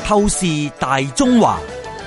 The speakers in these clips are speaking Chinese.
透視大中華。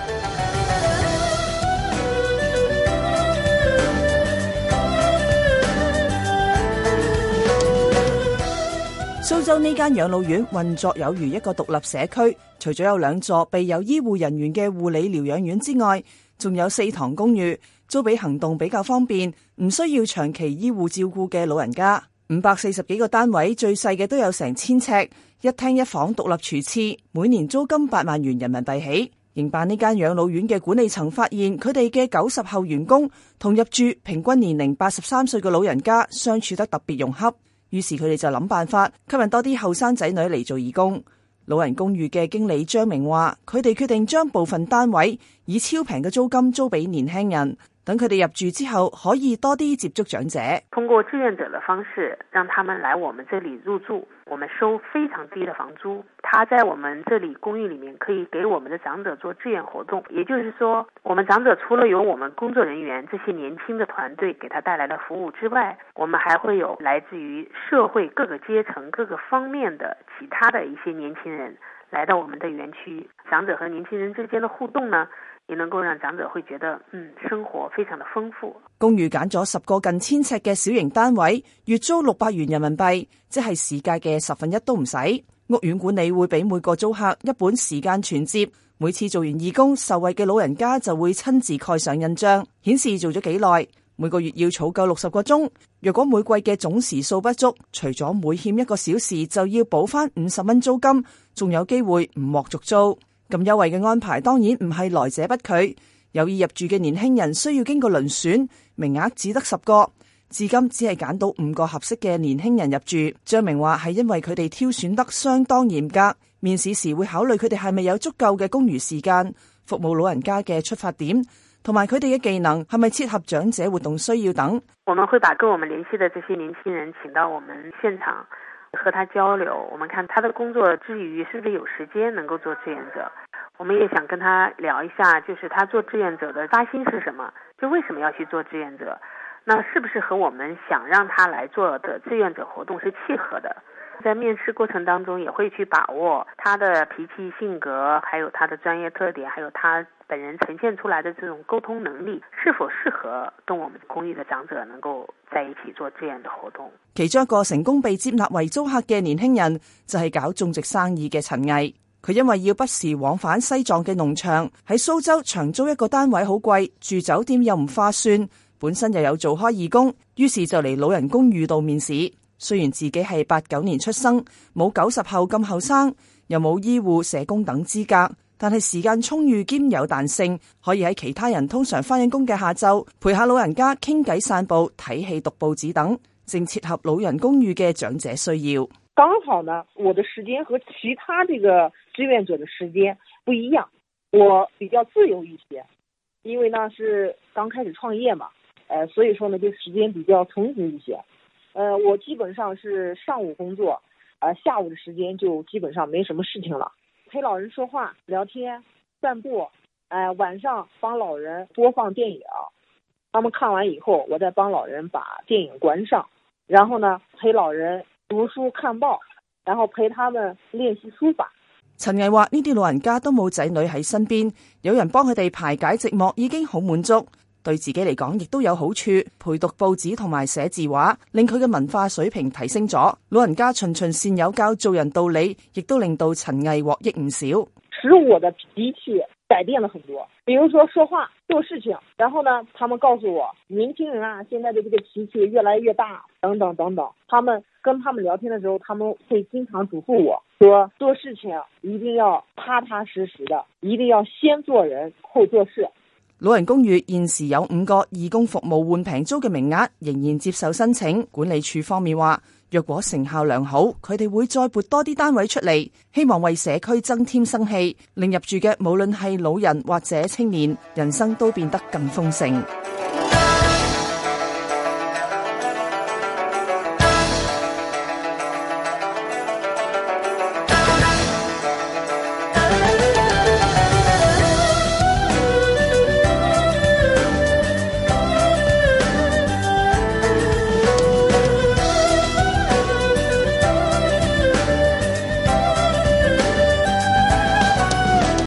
蘇州呢間養老院運作有如一個獨立社區，除咗有2座備有醫護人員嘅護理療養院之外，仲有4幢公寓，租俾行動比較方便，唔需要長期醫護照顧嘅老人家。540幾個單位，最細嘅都有成1000尺，一廳一房獨立廚廁，每年租金8萬元人民幣起。營辦呢間養老院嘅管理層發現，佢哋嘅90後員工同入住平均年齡83歲嘅老人家相處得特別融洽。於是佢哋就諗辦法吸引多啲後生仔女嚟做義工。老人公寓嘅經理張明話，佢哋決定將部分單位以超平嘅租金租俾年輕人，等佢哋入住之後可以多啲接觸長者。 通過志願者的方式讓他們來我們這裡入住，我們收非常低的房租。他在我們這裡公寓裡面可以給我們的長者做志願活動，也就是說我們長者除了有我們工作人員這些年輕的團隊給他帶來的服務之外，我們還會有來自於社會各個階層各個方面的其他的一些年輕人來到我們的園區。長者和年輕人之間的互動呢，也能夠讓長者會覺得生活非常的豐富。 公寓揀咗10個近1000尺嘅小型單位，月租600元人民幣，即係市價嘅1/10都唔使。屋苑管理會俾每個租客一本時間存摺，每次做完義工，受惠嘅老人家就會親自蓋上印章，顯示做咗幾耐。每個月要儲夠60個鐘，若果每季嘅總時數不足，除咗每欠1個小時就要補翻50蚊租金，仲有機會唔獲續租。咁優惠嘅安排當然唔係來者不拒，有意入住嘅年輕人需要經過遴選，名額只得10個，至今只係揀到5個合適嘅年輕人入住。張明話係因為佢哋挑選得相當嚴格，面試時會考慮佢哋係咪有足夠嘅公餘時間，服務老人家嘅出發點，同埋佢哋嘅技能係咪切合長者活動需要等。 我們會把跟我們聯繫的這些年輕人請到我們現場和他交流，我們看他的工作之餘是不是有時間能夠做志願者。我們也想跟他聊一下，就是他做志願者的發心是什麼，就為什麼要去做志願者，那是不是和我們想讓他來做的志願者活動是契合的。在面試過程當中也會去把握他的脾氣性格，還有他的專業特點，還有他本人呈現出來的這種溝通能力是否適合跟我們公寓的長者能夠在一起做志願的活動。 其中一個成功被接納為租客嘅年輕人就係搞種植生意嘅陳毅。佢因為要不時往返西藏嘅農場，喺蘇州長租一個單位好貴，住酒店又唔划算，本身又有做開義工，於是就嚟老人公寓度面試。雖然自己係89年出生，冇90後咁後生，又冇醫護、社工等資格，但係時間充裕兼有彈性，可以喺其他人通常返緊工嘅下晝，陪下老人家傾偈、散步、睇戲、讀報紙等，正切合老人公寓嘅長者需要。 剛好呢，我的時間和其他這個志願者的時間不一樣，我比較自由一些，因為呢是剛開始創業嘛，所以說呢就時間比較充足一些。我基本上是上午工作，下午的時間就基本上沒什麼事情了，陪老人說話、聊天、散步，晚上幫老人播放電影，他們看完以後，我再幫老人把電影關上，然後呢陪老人讀書看報，然後陪他們練習書法。 陳毅話呢啲老人家都冇仔女喺身邊，有人幫佢哋排解寂寞已經好滿足，對自己嚟講亦都有好處，陪讀報紙同埋寫字畫，令佢嘅文化水平提升咗。老人家循循善誘教做人道理，亦都令到陳毅獲益唔少。 使我的脾氣改變了很多，比如說說話做事情，然後呢他們告訴我年輕人啊現在的這個脾氣越來越大等等等等，跟他們聊天的時候，他們會經常囑咐我說做事情一定要踏踏實實的，一定要先做人後做事。 老人公寓現時有5個義工服務換平租嘅名額，仍然接受申請。管理處方面話，若果成效良好，佢哋會再撥多啲單位出嚟，希望為社區增添生氣，令入住嘅無論係老人或者青年，人生都變得更豐盛。